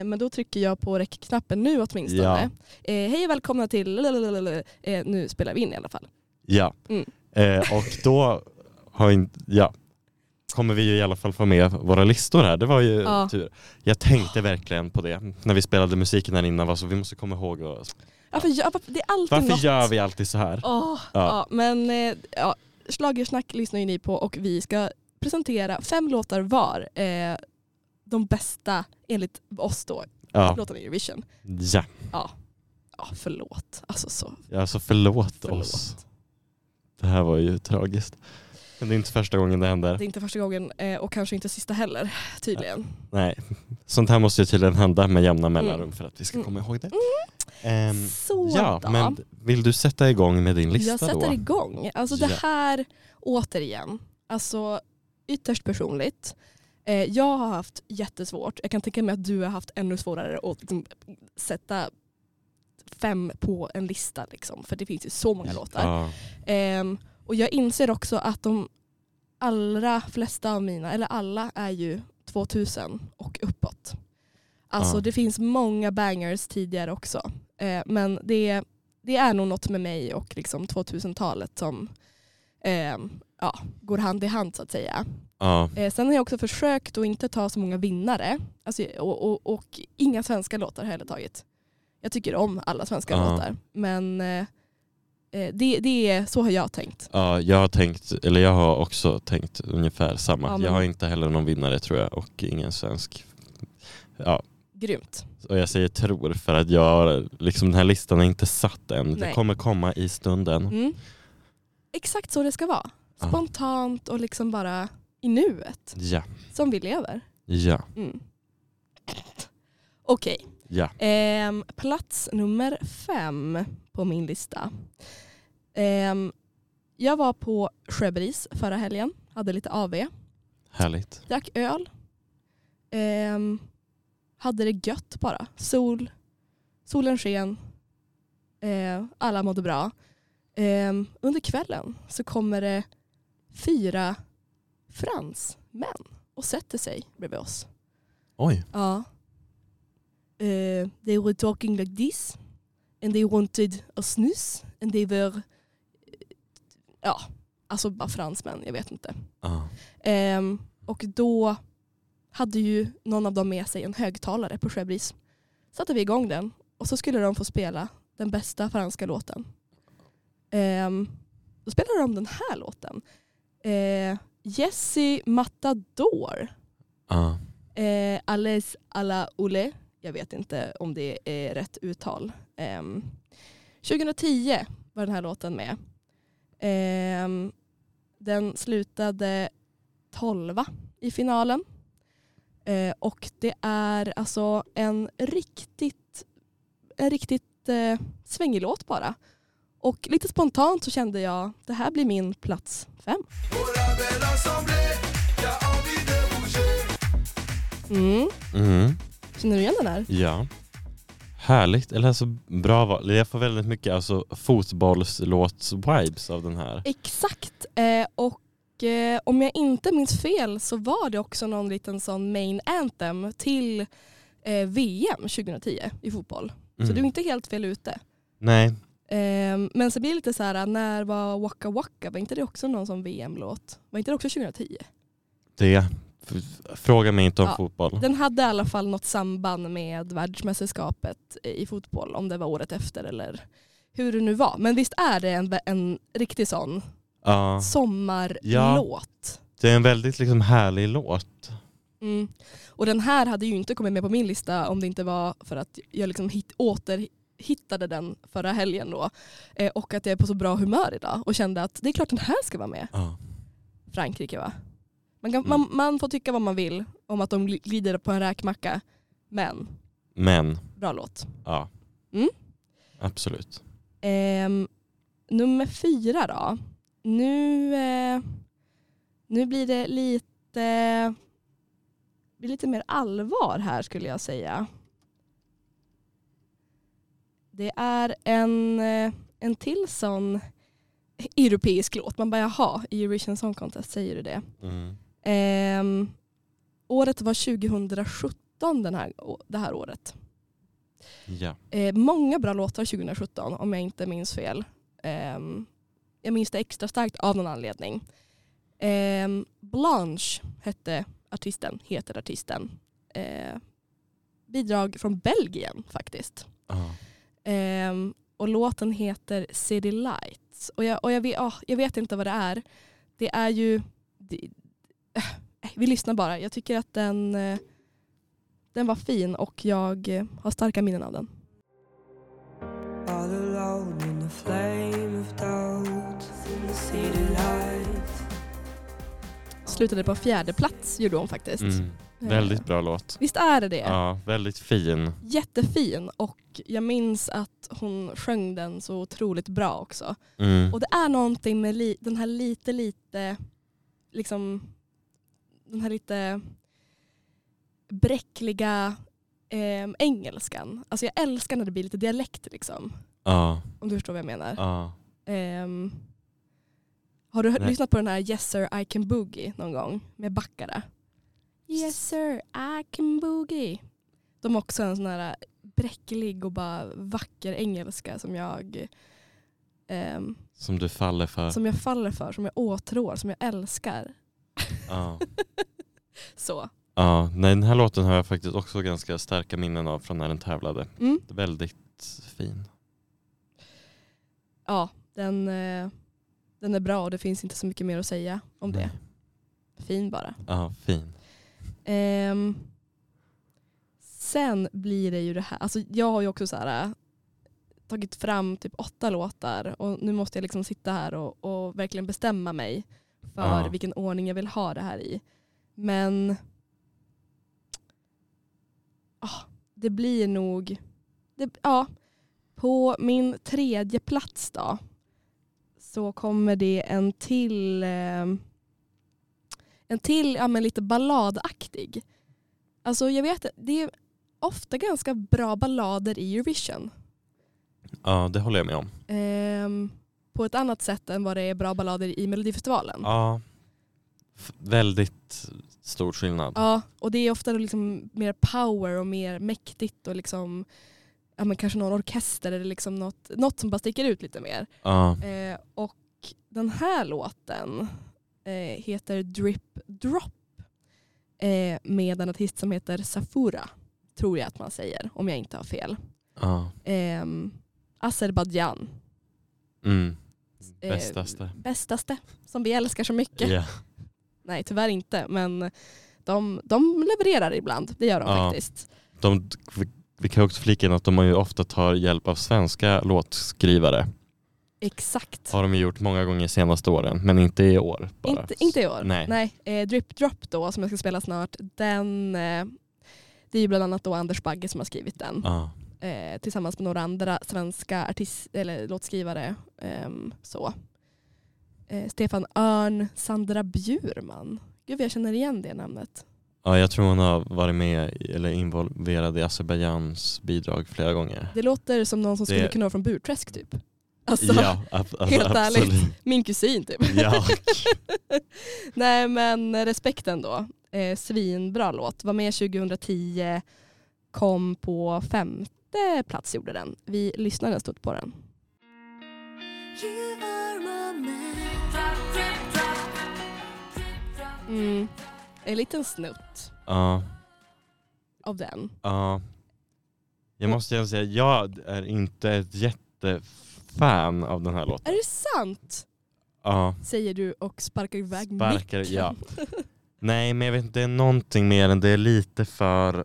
Men då trycker jag på räckknappen nu åtminstone. Hej och välkomna till... Nu spelar vi in i alla fall. Ja, och då kommer vi ju i alla fall få med våra listor här. Det var ju tur. Jag tänkte verkligen på det när vi spelade musiken här innan. Så vi måste komma ihåg. Det är alltid varför gör vi alltid så här? Schlagersnack lyssnar ju ni på och vi ska presentera 5 låtar var. De bästa enligt oss då. Låtarna i Eurovision. Ja. Ja, förlåt. Alltså förlåt oss. Det här var ju tragiskt. Men det är inte första gången det händer. Det är inte första gången och kanske inte sista heller, tydligen. Nej, sånt här måste ju tydligen hända med jämna mellanrum för att vi ska komma ihåg det. Men vill du sätta igång med din lista då? Jag sätter igång. Det här, återigen, ytterst personligt. Jag har haft jättesvårt. Jag kan tänka mig att du har haft ännu svårare att liksom sätta 5 på en lista. Liksom, för det finns ju så många låtar. Och jag inser också att de allra flesta av mina, eller alla, är ju 2000 och uppåt. Det finns många bangers tidigare också. Men det är nog något med mig och liksom 2000-talet som går hand i hand så att säga. Sen har jag också försökt att inte ta så många vinnare. Och inga svenska låtar heller tagit. Jag tycker om alla svenska låtar. Men det är så har jag tänkt. Ja, jag har också tänkt ungefär samma. Jag har inte heller någon vinnare tror jag och ingen svensk. Grymt. Och jag säger tror för att den här listan är inte satt än. Nej. Det kommer komma i stunden. Exakt så det ska vara. Spontant och liksom bara i nuet. Ja. Som vi lever. Ja. Okej. Ja. Plats nummer 5 på min lista. Jag var på Sjöbris förra helgen. Hade lite AV. Härligt. Drack öl. Hade det gött bara. Solen sken. Alla mådde bra. Under kvällen så kommer det 4 fransmän och sätter sig bredvid oss. Oj. Ja. They were talking like this. And they wanted a snus. And they were... bara fransmän, jag vet inte. Och då hade ju någon av dem med sig en högtalare på Sjöbris. Satte vi igång den. Och så skulle de få spela den bästa franska låten. Då spelade de den här låten. Jessie Matador. Alles à la Oule. Jag vet inte om det är rätt uttal. 2010 var den här låten med. Den slutade 12 i finalen. Och det är alltså en riktigt svängig låt bara. Och lite spontant så kände jag det här blir min plats 5. Känner du igen den här? Ja. Härligt, eller bra val. Jag får väldigt mycket fotbollslåts-vibes av den här. Exakt. Och om jag inte minns fel så var det också någon liten sån main anthem till VM 2010 i fotboll. Så du är inte helt fel ute. Nej. Men så blir det lite så här, när var Waka Waka? Var inte det också någon som VM-låt? Var inte det också 2010? Fråga mig inte om fotboll. Den hade i alla fall något samband med världsmästerskapet i fotboll. Om det var året efter eller hur det nu var. Men visst är det en riktig sån sommarlåt. Det är en väldigt härlig låt. Och den här hade ju inte kommit med på min lista om det inte var för att jag återhittade den förra helgen då. Och att jag är på så bra humör idag. Och kände att det är klart den här ska vara med. Frankrike, va? Man får tycka vad man vill om att de glider på en räkmacka. Men. Bra låt. Ja. Absolut. Nummer 4 då. Nu blir det lite mer allvar här skulle jag säga. Det är en till sån europeisk låt. Man bara, jaha, Eurovision Song Contest, säger du det? Året var 2017 2017 det här året. Ja. Många bra låtar 2017 om jag inte minns fel. Jag minns det extra starkt av någon anledning. Blanche heter artisten. Bidrag från Belgien faktiskt. Och låten heter City Lights. Och jag vet inte vad det är. Det är ju... vi lyssnar bara. Jag tycker att den var fin och jag har starka minnen av den. All alone in the flame of doubt, in the city lights. Slutade på 4:e plats gjorde hon faktiskt. Väldigt bra låt. Visst är det? Ja, väldigt fin. Jättefin, och jag minns att hon sjöng den så otroligt bra också. Och det är någonting med den här lite liksom den här lite bräckliga engelskan. Alltså jag älskar när det blir lite dialekt liksom. Om du förstår vad jag menar. Har du lyssnat på den här Yes Sir I Can Boogie någon gång med Backara? Yes sir I can boogie. De har också en sån här bräcklig och bara vacker engelska som jag som du faller för. Som jag faller för, som jag åtrår, som jag älskar. Så. Nej, den här låten har jag faktiskt också ganska starka minnen av från när den tävlade. Det är väldigt fin. Ja, den är bra och det finns inte så mycket mer att säga om det. Fin bara. Ja, fin. Sen blir det ju det här. Alltså jag har ju också så här tagit fram typ 8 låtar och nu måste jag liksom sitta här och verkligen bestämma mig för vilken ordning jag vill ha det här i. Men det blir nog på min 3:e plats då så kommer det en till men lite balladaktig. Alltså jag vet, det är ofta ganska bra ballader i Eurovision. Ja, det håller jag med om. På ett annat sätt än vad det är bra ballader i Melodifestivalen. Ja, väldigt stor skillnad. Ja, och det är ofta liksom mer power och mer mäktigt och liksom men kanske någon orkester eller liksom något som bara sticker ut lite mer. Och den här låten heter Drip Drop med en artist som heter Safura, tror jag att man säger, om jag inte har fel. Azerbaijan. Bästaste, som vi älskar så mycket. Yeah. Nej, tyvärr inte, men de levererar ibland, det gör de faktiskt. Vi kan också flika in att de ju ofta tar hjälp av svenska låtskrivare. Exakt. Har de gjort många gånger senaste åren, men inte i år. Bara. Inte i år. Nej. Drip Drop då, som jag ska spela snart, den det är ju bland annat då Anders Bagge som har skrivit den. Tillsammans med några andra svenska eller låtskrivare. Stefan Örn, Sandra Bjurman. Gud, jag känner igen det namnet. Ja, jag tror hon har varit med eller involverad i Azerbaiджans bidrag flera gånger. Det låter som någon som skulle kunna vara från Burträsk typ. Alltså, helt ärligt. Min kusin typ. Ja. Nej, men respekten då. Svinbra låt. Var med 2010. Kom på 5:e plats gjorde den. Vi lyssnade en stund på den. En liten snutt av den. Jag måste säga, jag är inte ett jättefan av den här låten. Är det sant? Säger du och sparkar iväg micken. Ja. Nej, men jag vet inte, det är någonting mer än det är lite för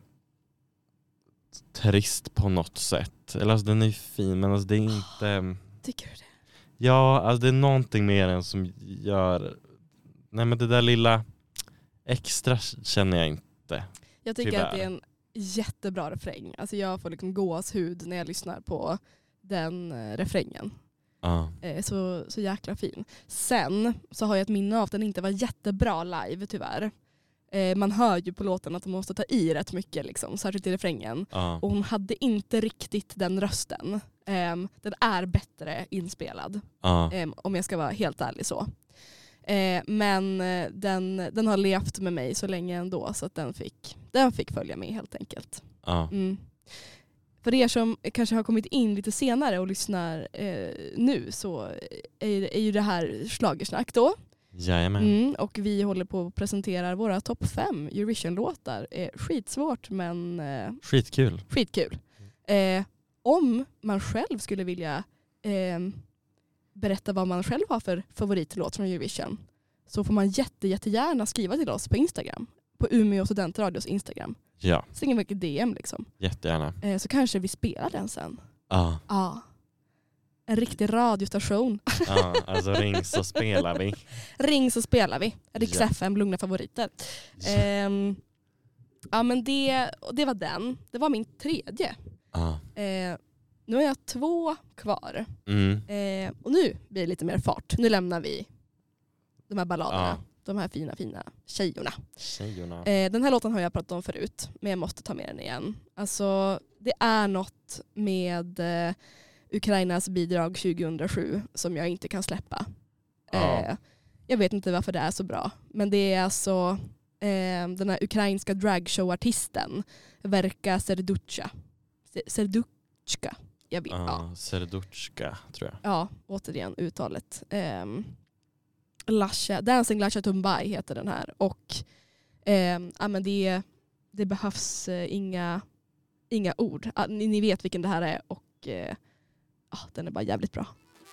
trist på något sätt. Eller alltså den är ju fin, men alltså det är inte... Tycker du det? Ja, alltså det är någonting mer än som gör... Nej, men det där lilla extra känner jag inte. Jag tycker att det är en jättebra refräng. Alltså jag får liksom gåshud när jag lyssnar på den refrängen. Så jäkla fin. Sen så har jag ett minne av att den inte var jättebra live tyvärr. Man hör ju på låten att de måste ta i rätt mycket liksom, särskilt i refrängen. Och hon hade inte riktigt den rösten. Den är bättre inspelad. Om jag ska vara helt ärlig så. Men den har levt med mig så länge ändå, så att den fick följa med helt enkelt. För er som kanske har kommit in lite senare och lyssnar nu, så är ju det här Schlagersnack då. Jajamän. Och vi håller på att presentera våra topp 5 Eurovision-låtar. Skitsvårt, men skitkul. Om man själv skulle vilja berätta vad man själv har för favoritlåt från Eurovision, så får man jättegärna skriva till oss på Instagram. På Umeå Studentradios Instagram. Ja. Släng en mycket DM liksom. Jättegärna. Så kanske vi spelar den sen. Ja. En riktig radiostation. Ja, alltså ring så spelar vi. Ring så spelar vi. Rix FM, lugna favoriter. Ja, men det var den. Det var min tredje. Nu har jag 2 kvar. Och nu blir det lite mer fart. Nu lämnar vi de här balladerna. De här fina tjejorna. Den här låten har jag pratat om förut, men jag måste ta med den igen. Alltså, det är något med Ukrainas bidrag 2007 som jag inte kan släppa. Jag vet inte varför det är så bra, men det är alltså den här ukrainska dragshowartisten Verka Serduchka. Jag vet. Serduchka tror jag. Ja, återigen uttalet. Dancing Lasha Tumbai heter den här. Och men det behövs inga ord. Ni vet vilken det här är. Och den är bara jävligt bra.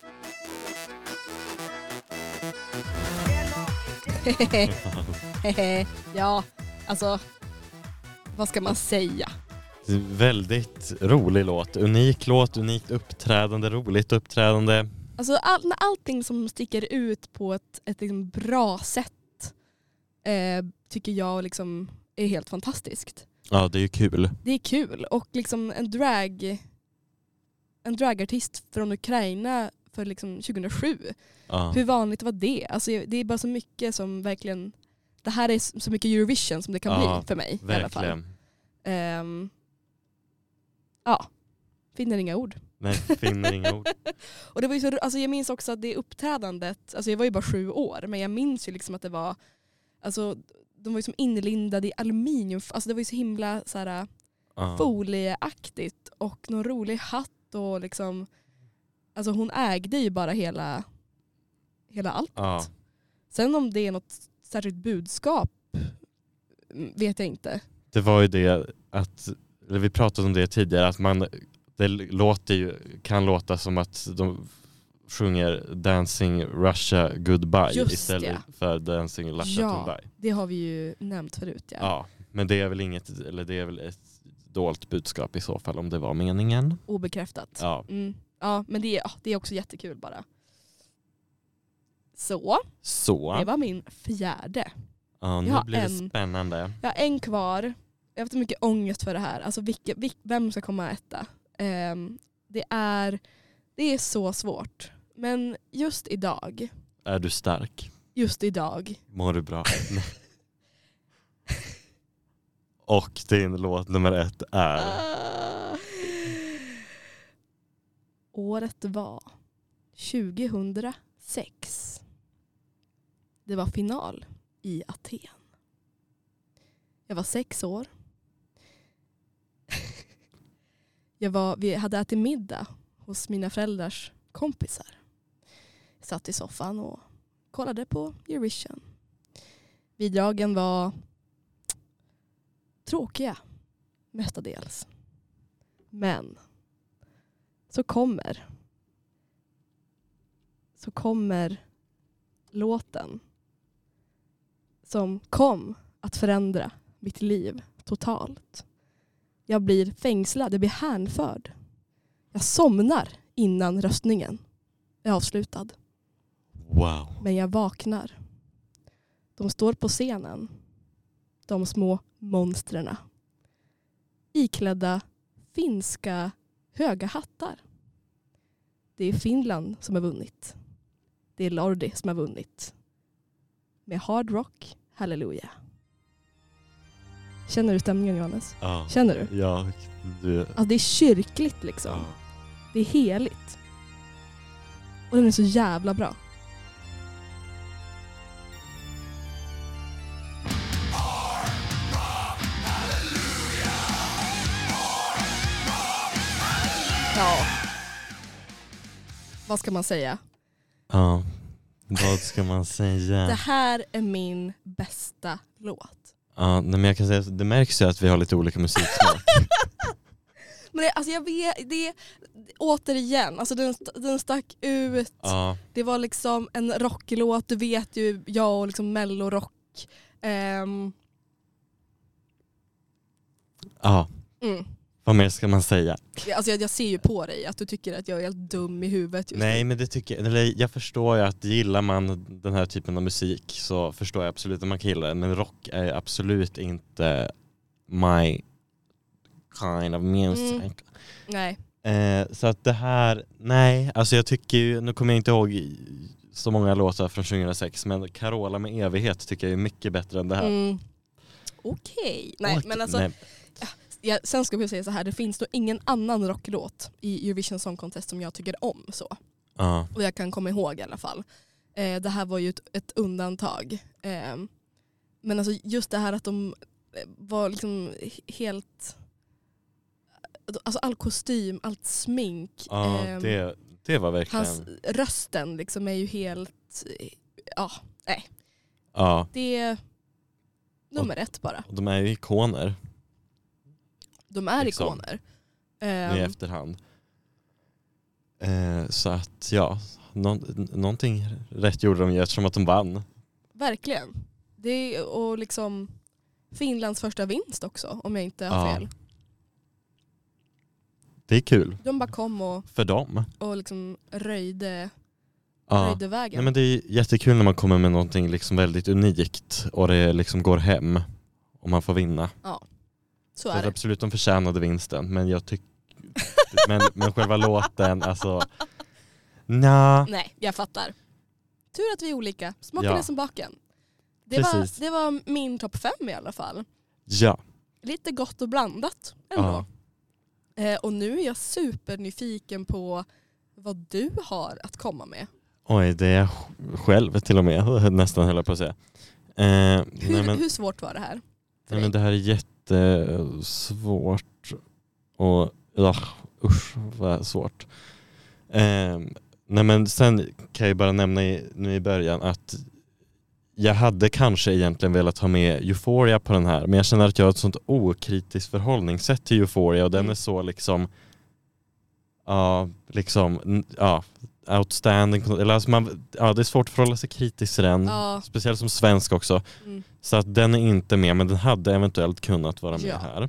Ja, alltså vad ska man säga? Väldigt rolig låt. Unik låt, unikt uppträdande, roligt uppträdande. Alltså allting som sticker ut på ett liksom bra sätt tycker jag liksom är helt fantastiskt. Ja, det är ju kul. Det är kul. Och liksom en dragartist från Ukraina för liksom 2007. Hur vanligt var det? Alltså det är bara så mycket som verkligen... Det här är så mycket Eurovision som det kan bli för mig. Verkligen. I alla fall. Finner inga ord. Nej, finner inga ord. Och det var ju så, alltså jag minns också att det uppträdandet, alltså jag var ju bara 7 år, men jag minns ju liksom att det var, alltså de var ju som inlindade i aluminium, alltså det var ju så himla så här folieaktigt och någon rolig hatt och liksom, alltså hon ägde ju bara hela allt. Sen om det är något särskilt budskap vet jag inte. Det var ju det att, eller vi pratade om det tidigare, att det kan låta som att de sjunger Dancing Russia Goodbye istället för Dancing Russia Goodbye. Det har vi ju nämnt förut. Ja, men det är väl ett dolt budskap i så fall om det var meningen. Obekräftat. Ja. Ja, men det är också jättekul bara. Så. Det var min 4. Ja, nu blir det spännande. Jag har en kvar. Jag har haft mycket ångest för det här. Alltså vem ska komma etta? Det är så svårt. Men just idag. Är du stark? Just idag. Mår du bra? Och din låt nummer 1 är? Året var 2006. Det var final i Aten. Jag var 6 år. Vi hade ätit middag hos mina föräldrars kompisar. Jag satt i soffan och kollade på Eurovision. Bidragen var tråkiga mestadels. Men så kommer låten som kom att förändra mitt liv totalt. Jag blir fängslad, jag blir hänförd. Jag somnar innan röstningen är avslutad. Wow. Men jag vaknar. De står på scenen. De små monsterna. Iklädda finska höga hattar. Det är Finland som har vunnit. Det är Lordi som har vunnit. Med Hard Rock, Halleluja. Känner du stämningen, Johannes? Ja. Känner du? Ja. Alltså, det är kyrkligt liksom. Ja. Det är heligt. Och den är så jävla bra. Ja. Vad ska man säga? Ja, vad ska man säga? Det här är min bästa låt. Ja, men jag kan säga det märks ju att vi har lite olika musiksmak. Men alltså jag vet, återigen, alltså den stack ut. Ja. Det var liksom en rocklåt, du vet ju, jag och liksom mellorock. Ja. Mm. Vad mer ska man säga? Alltså jag ser ju på dig att du tycker att jag är helt dum i huvudet just Nej, nu. men det tycker jag. Eller jag förstår ju att gillar man den här typen av musik så förstår jag absolut att man kan gilla den. Men rock är absolut inte my kind of music. Nej. Så att det här, nej, alltså jag tycker ju, nu kommer jag inte ihåg så många låtar från 2006, men Carola med evighet tycker jag är mycket bättre än det här. Okej. Nej, men alltså... Nej. Sen ska vi säga så här, det finns nog ingen annan rocklåt i Eurovision Song Contest som jag tycker om så. Ja. Och jag kan komma ihåg i alla fall. Det här var ju ett undantag. Men alltså just det här att de var liksom helt... Alltså all kostym, allt smink. Ja, det var verkligen... Hans rösten liksom är ju helt... Ja, nej. Ja. Det är nummer 1 bara. De är ju ikoner. De är liksom, ikoner. I efterhand. Så att ja, någonting rätt gjorde de ju eftersom att de vann. Verkligen. Det är, och liksom Finlands första vinst också, om jag inte har fel. Det är kul. De bara kom för dem. Och liksom röjde vägen. Nej, men det är jättekul när man kommer med någonting liksom väldigt unikt och det liksom går hem och man får vinna. Ja, så är det. Absolut, de förtjänade vinsten, men jag tycker men själva låten, alltså Nej, jag fattar. Tur att vi är olika. Smaken är som baken. Det var min topp 5 i alla fall. Ja. Lite gott och blandat ändå. Och nu är jag supernyfiken på vad du har att komma med. Oj, det är jag själv till och med, nästan höll jag på att säga. Hur svårt var det här? Nej, men det här är jättesvårt. Och usch vad svårt. Nej, men sen kan jag bara nämna nu i början att jag hade kanske egentligen velat ha med Euphoria på den här, men jag känner att jag har ett sånt okritiskt förhållningssätt till Euphoria och den är så liksom outstanding. Eller alltså det är svårt att förhålla sig kritiskt till den, speciellt som svensk också. Så att den är inte med, men den hade eventuellt kunnat vara med här.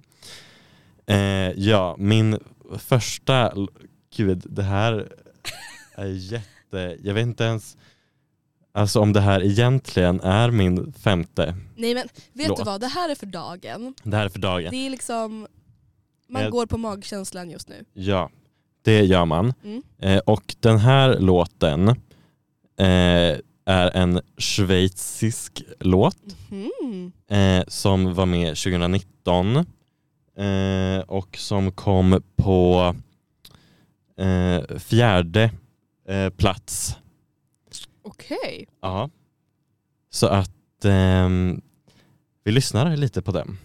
Min första, gud, det här är jag vet inte ens alltså om det här egentligen är min 5:e. Nej, men vet du vad, det här är för dagen. Det här är för dagen. Det är liksom, man går på magkänslan just nu. Ja, det gör man. Och den här låten är en schweizisk låt som var med 2019 och som kom på 4:e plats. Okej. Ja. Så att vi lyssnar lite på den.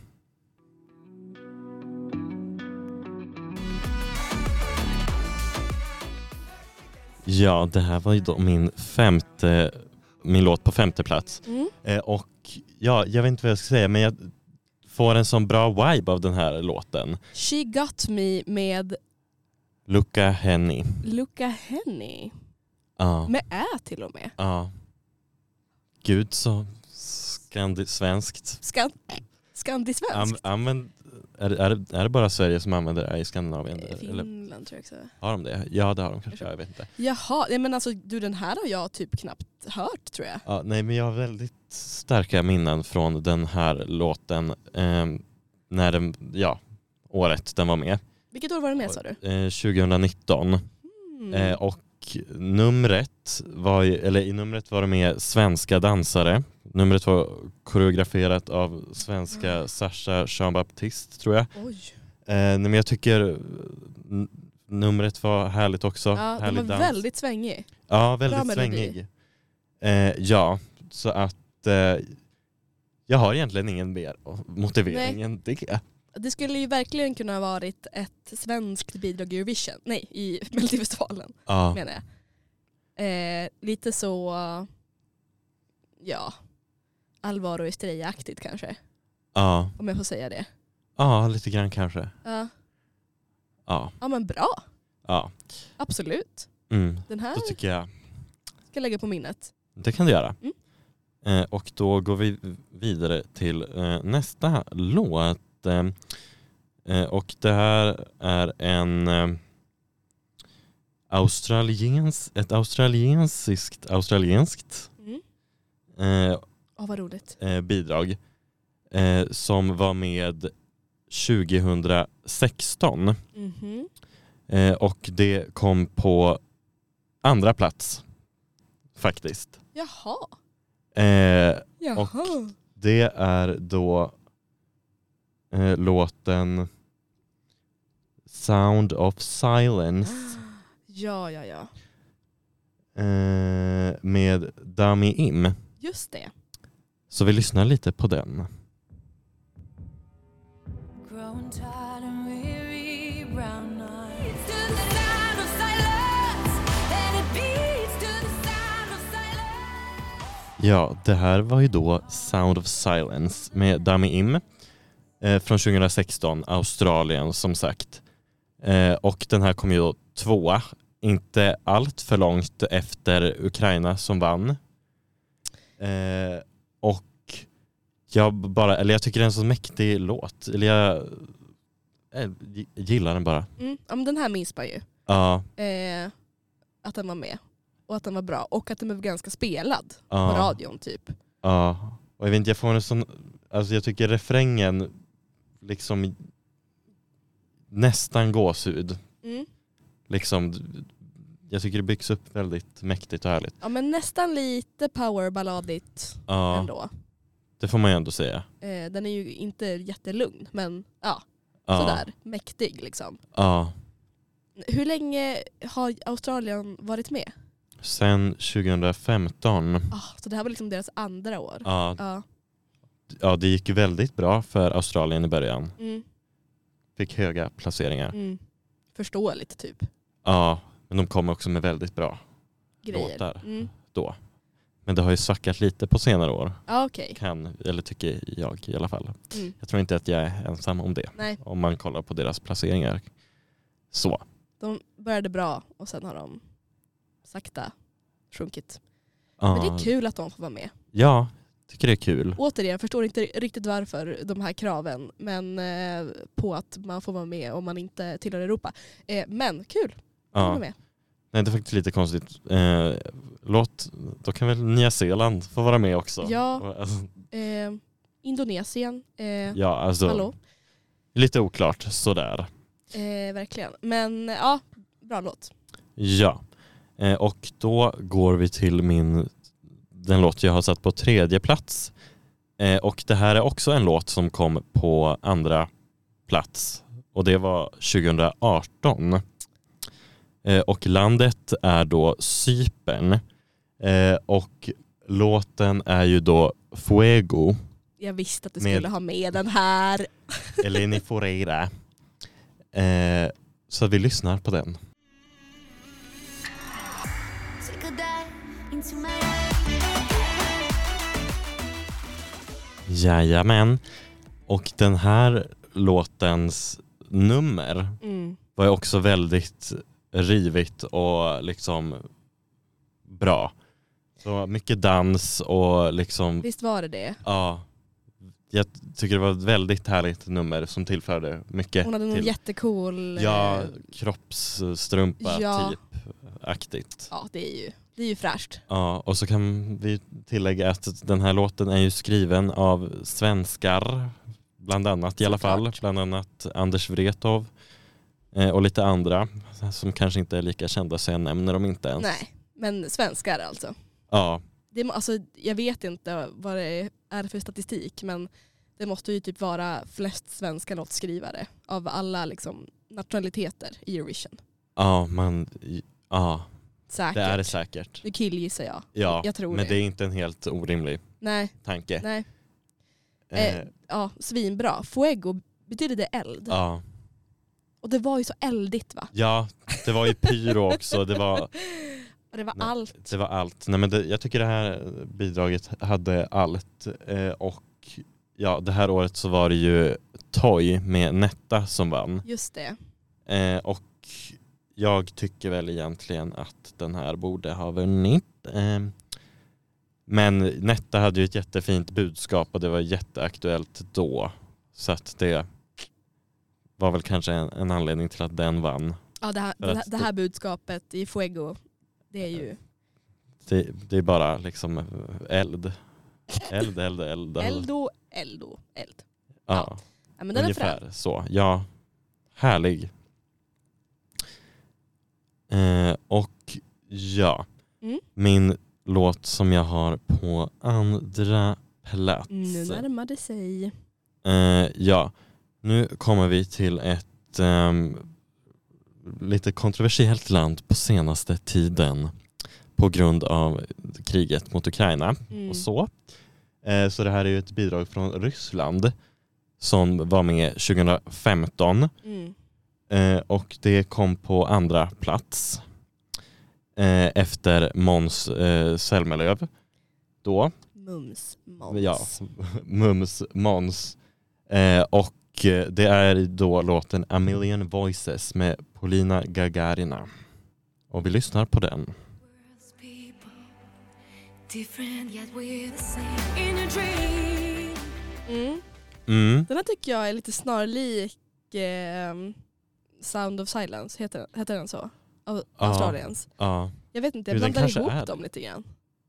Ja, det här var ju då min låt på 5:e plats. Och ja, jag vet inte vad jag ska säga, men jag får en sån bra vibe av den här låten. She Got Me med Luca Hänni. Ja. Med till och med. Ja. Gud så svenskt. Skandisvenskt. Är det bara Sverige som använder det i Skandinavien? Finland tror jag också. Har de det? Ja, det har de kanske. Jag vet inte. Jaha, men alltså den här har jag typ knappt hört tror jag. Ja, nej, men jag har väldigt starka minnen från den här låten när den, året den var med. Vilket år var den med sa du? 2019. Och numret var i numret var det med svenska dansare. Numret var koreograferat av svenska Sasha Jean-Baptiste tror jag. Men jag tycker numret var härligt också. Ja, härlig den var dans. Väldigt svängig. Ja, väldigt svängig. Så att jag har egentligen ingen mer motivering än det. Det skulle ju verkligen kunna ha varit ett svenskt bidrag i Eurovision. Nej, i Melodifestivalen menar jag. Lite så, ja, Alvaro Estrella-aktigt kanske. Ja. Om jag får säga det. Ja, lite grann kanske. Ja. Ja. Ja, men bra. Ja. Absolut. Den här då tycker jag ska jag lägga på minnet. Det kan du göra. Och då går vi vidare till nästa låt. Och det här är ett australiensiskt vad roligt. Bidrag som var med 2016. Och det kom på andra plats faktiskt. Jaha. Och det är då låten Sound of Silence. Ja. Med Dami Im. Just det. Så vi lyssnar lite på den. Ja, det här var ju då Sound of Silence med Dami Im från 2016, Australien som sagt. Och den här kom ju då 2, inte allt för långt efter Ukraina som vann. Och jag tycker det är en så mäktig låt. Eller jag gillar den bara. Ja, men den här minns man ju. Ja. Att den var med. Och att den var bra. Och att den var ganska spelad på radion typ. Ja. Och jag vet inte, jag får en sån... Alltså jag tycker refrängen liksom nästan gåshud. Liksom, jag tycker det byggs upp väldigt mäktigt och härligt. Ja, men nästan lite powerballadigt ändå. Det får man ju ändå säga. Den är ju inte jättelugn, men sådär mäktig liksom. Ja. Hur länge har Australien varit med? Sen 2015. Så det här var liksom deras andra år. Ja, det gick ju väldigt bra för Australien i början. Fick höga placeringar. Förståeligt typ. Ja, men de kom också med väldigt bra låtar då. Men det har ju svackat lite på senare år. Okay. Eller tycker jag i alla fall. Jag tror inte att jag är ensam om det. Nej. Om man kollar på deras placeringar. Så. De började bra och sen har de sakta sjunkit. Men det är kul att de får vara med. Ja, tycker det är kul. Återigen, jag förstår inte riktigt varför de här kraven, men på att man får vara med om man inte tillhör Europa. Men kul. Med. Nej, det är faktiskt lite konstigt. Då kan väl Nya Zeeland få vara med också. Ja, Indonesien. Ja, alltså hallå? Lite oklart sådär. Verkligen. Men ja, bra låt. Ja, och då går vi till den låt jag har satt på 3:e plats. Och det här är också en låt som kom på 2:a plats. Och det var 2018. Och landet är då Cypern. Och låten är ju då Fuego. Jag visste att du skulle ha med den här. Eleni Foureira. Så vi lyssnar på den. Jajamän. Och den här låtens nummer var ju också väldigt rivigt och liksom bra. Så mycket dans och liksom... Visst var det? Ja. Jag tycker det var ett väldigt härligt nummer som tillförde mycket. Hon hade någon jättecool... Ja, kroppsstrumpa typ aktigt. Ja, det är ju fräscht. Ja, och så kan vi tillägga att den här låten är ju skriven av svenskar bland annat i alla fall. Bland annat Anders Wrethov och lite andra som kanske inte är lika kända så jag nämner dem inte ens. Nej, men svenskar alltså. Ja. Jag vet inte vad det är för statistik, men det måste ju typ vara flest svenska låtskrivare av alla liksom nationaliteter i Eurovision. Ja, säkert. Det är det säkert. Nu killgissar jag. Ja, jag tror men det är inte en helt orimlig tanke. Nej. Svinbra. Fuego betyder det eld? Ja. Och det var ju så eldigt, va? Ja, det var ju pyro också. Det var allt. Det var allt. Nej, men jag tycker det här bidraget hade allt. Och ja, det här året så var det ju Toy med Netta som vann. Just det. Och jag tycker väl egentligen att den här borde ha vunnit. Men Netta hade ju ett jättefint budskap och det var jätteaktuellt då. Så att det var väl kanske en anledning till att den vann. Ja, det här budskapet i Fuego, det är ju... Det är bara liksom eld. Eld. Eldo. Ja, men den ungefär är så. Ja, härlig. Och ja, min låt som jag har på andra plats. Nu närmar det sig. Ja, nu kommer vi till ett lite kontroversiellt land på senaste tiden på grund av kriget mot Ukraina och så. Så det här är ju ett bidrag från Ryssland som var med 2015 och det kom på andra plats efter Måns Zelmerlöw då. Mums Måns. Och det är då låten A Million Voices med Polina Gagarina. Och vi lyssnar på den. Den här tycker jag är lite snarlik Sound of Silence, heter den så? Australiens. Ja. Jag vet inte, jag blandar ihop dem lite grann.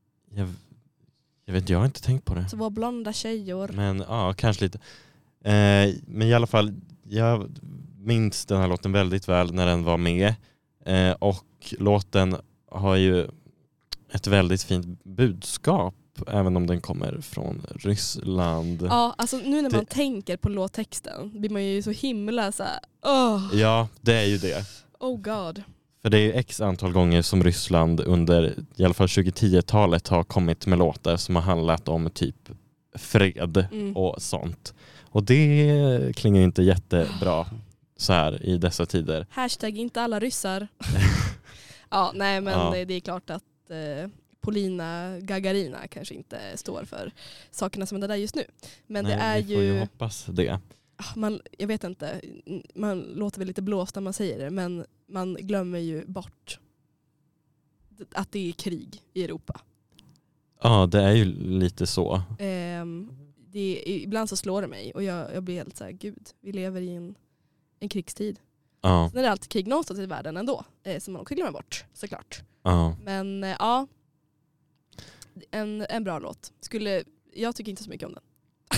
Jag har inte tänkt på det. Så var blonda tjejor. Men ja, kanske lite. Men i alla fall, jag minns den här låten väldigt väl när den var med. Och låten har ju ett väldigt fint budskap även om den kommer från Ryssland. Ja, alltså nu när man tänker på låttexten blir man ju så himla så här, Ja, det är ju det. Oh god. För det är ju x antal gånger som Ryssland under i alla fall 2010-talet har kommit med låtar som har handlat om typ fred och sånt. Och det klingar inte jättebra så här i dessa tider. Hashtag inte alla ryssar. Ja, nej men det är klart att Polina Gagarina kanske inte står för sakerna som är där just nu. Men nej, det är vi får ju hoppas det. Jag vet inte, man låter väl lite blåst när man säger det, men man glömmer ju bort att det är krig i Europa. Ja, det är ju lite så. Ibland så slår det mig och jag blir helt så här, gud, vi lever i en krigstid. Ja. Sen är det alltid krig någonstans i världen ändå, som man också glömmer bort, såklart. Ja. Men ja, en bra låt. Jag tycker inte så mycket om den.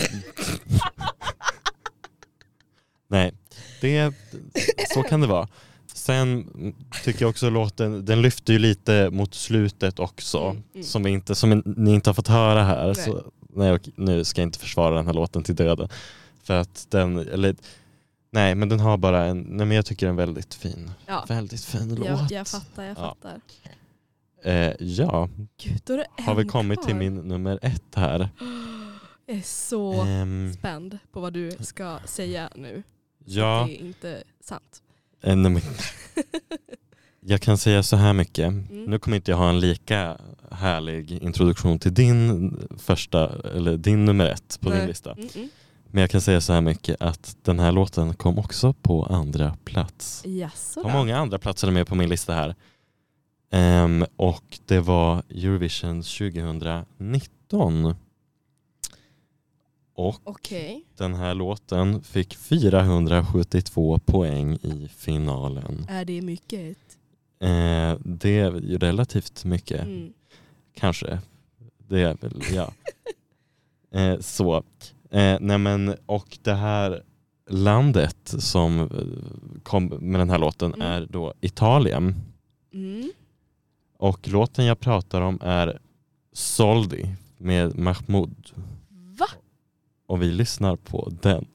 Nej, så kan det vara. Sen tycker jag också låten, den lyfter ju lite mot slutet också, som ni inte har fått höra här. Nej. Så, nu ska jag inte försvara den här låten till döden. För att men den har bara men jag tycker den är väldigt fin. Ja. Väldigt fin låt. Jag fattar. Ja, Gud, då är det har vi kommit till min nummer 1 här. Jag är så spänd på vad du ska säga nu. Ja. Det är inte sant. Jag kan säga så här mycket. Nu kommer inte jag ha en lika härlig introduktion till din nummer 1 på din lista. Men jag kan säga så här mycket att den här låten kom också på andra plats. Jaså. På många andra platser med på min lista här. Och det var Eurovision 2019. Och den här låten fick 472 poäng i finalen. Är det mycket? Det är ju relativt mycket. Kanske. Det är väl, ja. Så. Och det här landet som kom med den här låten är då Italien. Och låten jag pratar om är Soldi med Mahmoud. Va? Och vi lyssnar på den.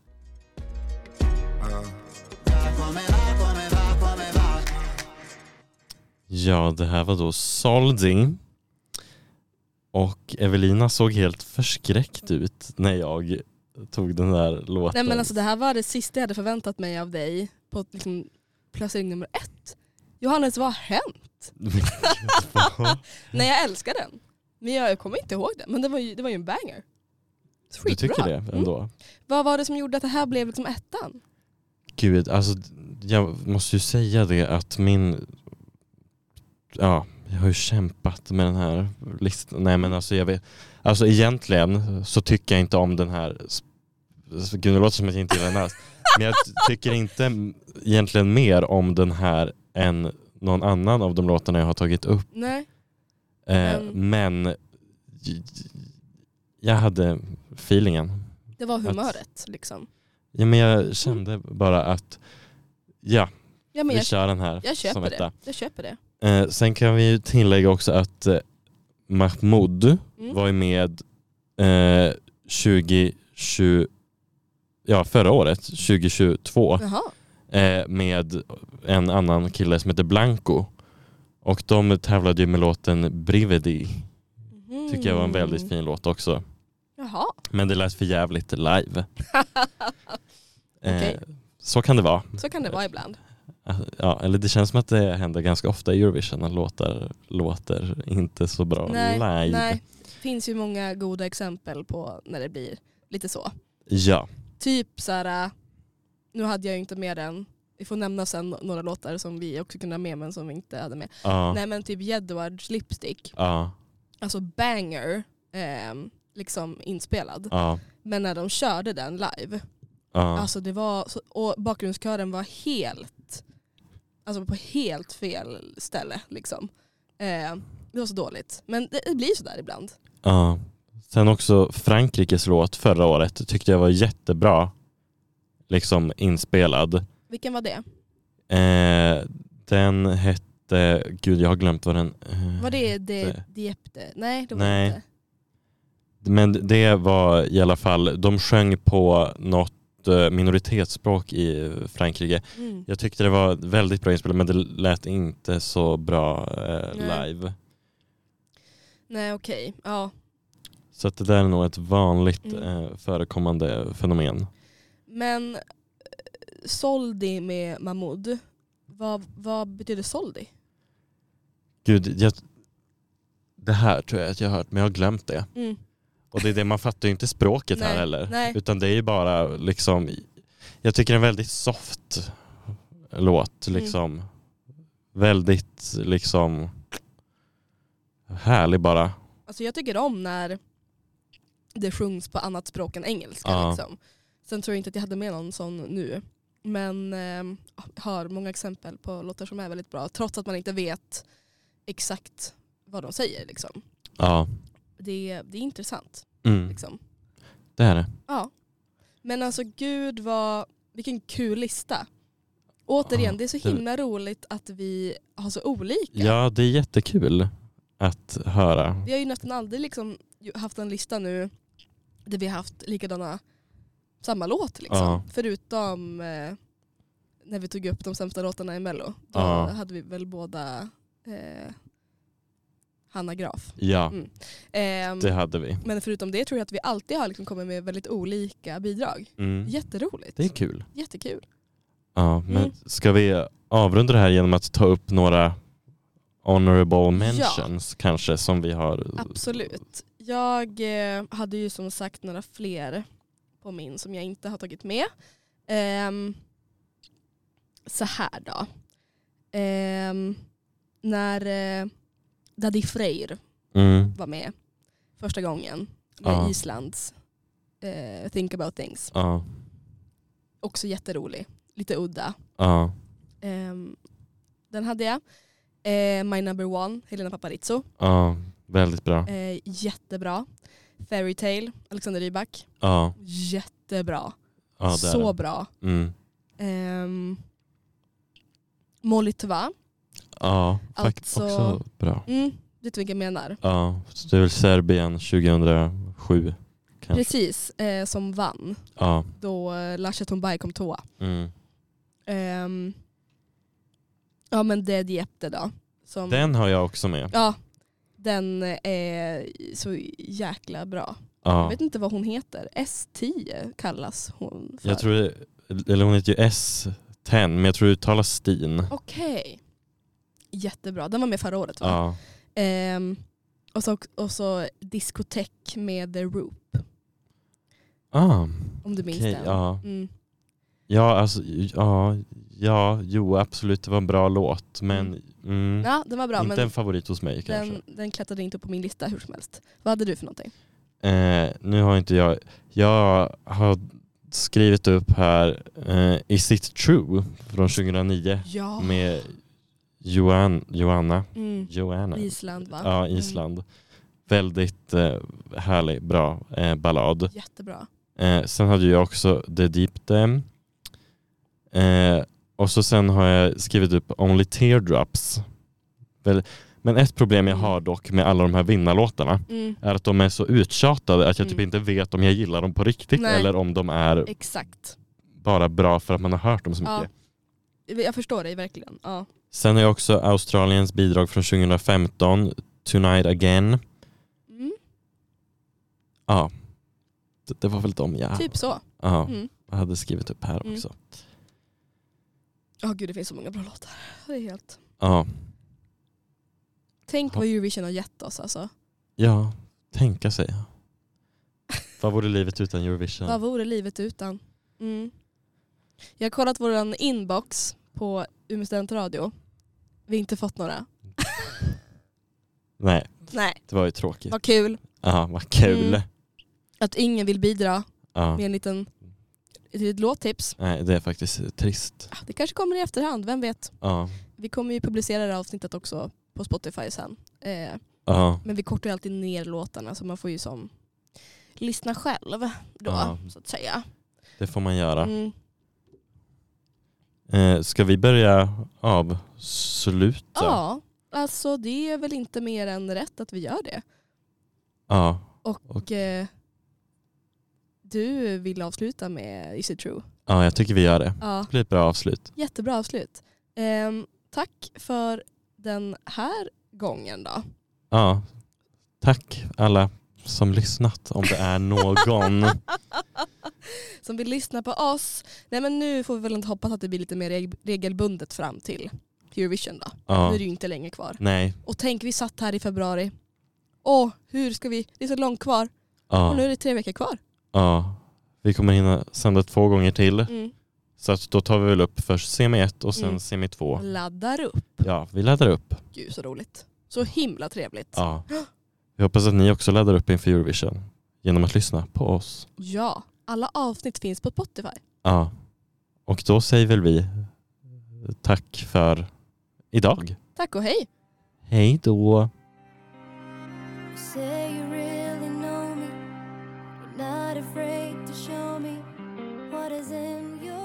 Ja, det här var då Soldi. Och Evelina såg helt förskräckt ut när jag tog den där låten. Nej men alltså det här var det sista jag hade förväntat mig av dig på liksom placering nummer 1. Johannes, vad har hänt? Nej, jag älskar den. Men jag kommer inte ihåg den. Men det var ju en banger. Du tycker det ändå? Vad var det som gjorde att det här blev liksom 1? Gud, alltså jag måste ju säga det att jag har ju kämpat med den här listan. Nej men alltså jag vet, alltså egentligen så tycker jag inte om den här. Gud, det låter som att jag inte gillar den här. Men jag tycker inte egentligen mer om den här än någon annan av de låtarna jag har tagit upp. Nej. Men jag hade feelingen. Det var humöret liksom. Ja, men jag kände bara att vi kör den här. Jag köper det. Sen kan vi ju tillägga också att Mahmoud var ju med förra året, 2022. Med en annan kille som heter Blanco. Och de tävlade ju med låten Brividi. Tycker jag var en väldigt fin låt också. Jaha. Men det lät för jävligt live. Okay. Så kan det vara. Så kan det vara ibland. Ja, eller det känns som att det händer ganska ofta i Eurovision att låter inte så bra live. Nej, det finns ju många goda exempel på när det blir lite så. Ja. Typ såhär, nu hade jag ju inte med den. Vi får nämna sen några låtar som vi också kunde ha med men som vi inte hade med. Nej men typ Jedwards Lipstick. Alltså banger, liksom inspelad. Men när de körde den live, alltså det var så, och bakgrundskören var på helt fel ställe liksom. Det var så dåligt. Men det blir så där ibland. Sen också Frankrikes låt förra året tyckte jag var jättebra liksom inspelad. Vilken var det? Den hette, gud jag har glömt vad den... Var det Diepte? Nej, det var inte. Men det var i alla fall, de sjöng på något minoritetsspråk i Frankrike. Jag tyckte det var väldigt bra inspelat men det lät inte så bra live. Nej, okej. Ja. Så att det där är nog ett vanligt förekommande fenomen. Men Soldi med Mahmoud, vad betyder Soldi? Gud, det här tror jag att jag har hört men jag har glömt det. Och det är det, man fattar ju inte språket här heller. Nej. Utan det är ju bara liksom, jag tycker det är en väldigt soft låt liksom. Väldigt liksom härlig bara. Alltså jag tycker om när det sjungs på annat språk än engelska liksom. Sen tror jag inte att jag hade med någon sån nu. Men har många exempel på låtar som är väldigt bra. Trots att man inte vet exakt vad de säger liksom. Ja. Det är intressant. Liksom. Det är det. Ja. Men alltså gud vilken kul lista. Återigen, det är så himla roligt att vi har så olika. Ja, det är jättekul att höra. Vi har ju nästan aldrig liksom haft en lista nu där vi har haft likadana samma låt liksom. Förutom när vi tog upp de sämsta låtarna i Mello. Då hade vi väl båda Hanna Graf. Ja, det hade vi. Men förutom det tror jag att vi alltid har liksom kommit med väldigt olika bidrag. Jätteroligt. Det är kul. Jättekul. Ja, men ska vi avrunda det här genom att ta upp några honorable mentions kanske som vi har? Absolut. Jag hade ju som sagt några fler på min som jag inte har tagit med. Så här då. När Daddy Freyr var med första gången med Islands Think About Things. Också jätterolig. Lite udda. Den hade jag. My Number One, Helena Paparizou. Väldigt bra. Jättebra. Fairy Tale, Alexander Rybak. Jättebra. Så bra. Molly Tva. Faktiskt också bra. Vet du vilka jag menar? Det är väl Serbien 2007. Kanske. Precis, som vann. Då Lasha Tombay kom tvåa. Ja men det är Diepte då. Den har jag också med. Ja, den är så jäkla bra. Jag vet inte vad hon heter. S10 kallas hon för. Jag tror eller hon heter ju S10, men jag tror det uttalas Steen. Okej. Jättebra. Den var med förra året, va? Ja. Och så diskotek med The Roop. Om du minns den. Ja. Ja, alltså, jo, absolut, det var en bra låt, men ja, den var bra, inte men en favorit hos mig kanske. Den klättrade inte på min lista hur som helst. Vad hade du för någonting? Nu har inte jag har skrivit upp här Is It True från 2009 med Joanna. Island, va? Ja, Island. Väldigt härlig, bra ballad. Jättebra. Sen hade jag också The Deep Them. Och så sen har jag skrivit upp Only Teardrops. Men ett problem jag har dock med alla de här vinnarlåtarna är att de är så uttjatade att jag typ inte vet om jag gillar dem på riktigt eller om de är bara bra för att man har hört dem så mycket. Jag förstår dig verkligen. Ja. Sen är också Australiens bidrag från 2015, Tonight Again. Ja, det var väl de jag... Typ så. Ja, jag hade skrivit upp här också. Gud, det finns så många bra låtar. Det är helt... Ja. Tänk vad Eurovision har gett oss, alltså. Ja, tänka sig. Vad vore livet utan Eurovision? Vad vore livet utan? Jag har kollat vår inbox på Umeå studentradio. Vi har inte fått några. Nej. Det var ju tråkigt. Vad kul. Ja, vad kul. Att ingen vill bidra med ett litet låttips. Nej, det är faktiskt trist. Det kanske kommer i efterhand, vem vet. Ja. Vi kommer ju publicera det här avsnittet också på Spotify sen. Men vi kortar ju alltid ner låtarna så man får ju som lyssna själv då, så att säga. Det får man göra. Ska vi börja avsluta? Ja, alltså det är väl inte mer än rätt att vi gör det. Ja. Och du vill avsluta med Is It True? Ja, jag tycker vi gör det. Ja. Det blir ett bra avslut. Jättebra avslut. Tack för den här gången då. Ja, tack alla som lyssnat, om det är någon. Som vill lyssna på oss. Nej, men nu får vi väl inte hoppas att det blir lite mer regelbundet fram till Eurovision då. Ja. Nu är det ju inte länge kvar. Nej. Och tänk, vi satt här i februari. Hur ska vi? Det är så långt kvar. Ja. Och nu är det 3 veckor kvar. Ja, vi kommer hinna sända 2 gånger till. Så att då tar vi väl upp först semi 1 och sen semi 2. Laddar upp. Ja, vi laddar upp. Gud, så roligt. Så himla trevligt. Ja. Vi hoppas att ni också laddar upp inför Eurovision genom att lyssna på oss. Ja, alla avsnitt finns på Spotify. Ja, och då säger väl vi tack för idag. Tack och hej. Hej då. Say you really know me. You're not afraid to show me what is in your